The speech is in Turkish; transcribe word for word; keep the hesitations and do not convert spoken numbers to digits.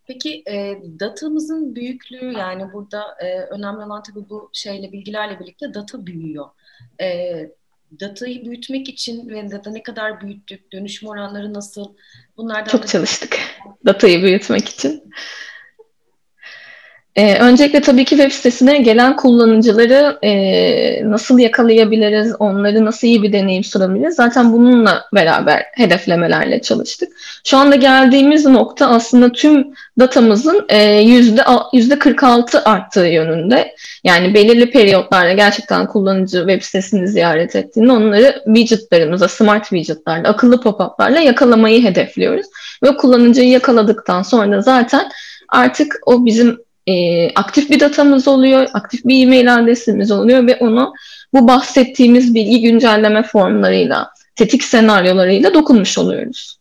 Peki e, datamızın büyüklüğü yani burada e, önemli olan tabii bu şeyle bilgilerle birlikte data büyüyor. E, Datayı büyütmek için ve data ne kadar büyüttük, dönüşüm oranları nasıl bunlardan Çok da çalıştık datayı büyütmek için. Ee, öncelikle tabii ki web sitesine gelen kullanıcıları e, nasıl yakalayabiliriz, onları nasıl iyi bir deneyim sunabiliriz? Zaten bununla beraber hedeflemelerle çalıştık. Şu anda geldiğimiz nokta aslında tüm datamızın e, yüzde yüzde kırk altı arttığı yönünde. Yani belirli periyotlarda gerçekten kullanıcı web sitesini ziyaret ettiğinde onları widgetlarımıza, smart widgetlarla, akıllı pop-up'larla yakalamayı hedefliyoruz. Ve kullanıcıyı yakaladıktan sonra da zaten artık o bizim e, aktif bir datamız oluyor, aktif bir e-mail adresimiz oluyor ve onu bu bahsettiğimiz bilgi güncelleme formlarıyla, tetik senaryolarıyla dokunmuş oluyoruz.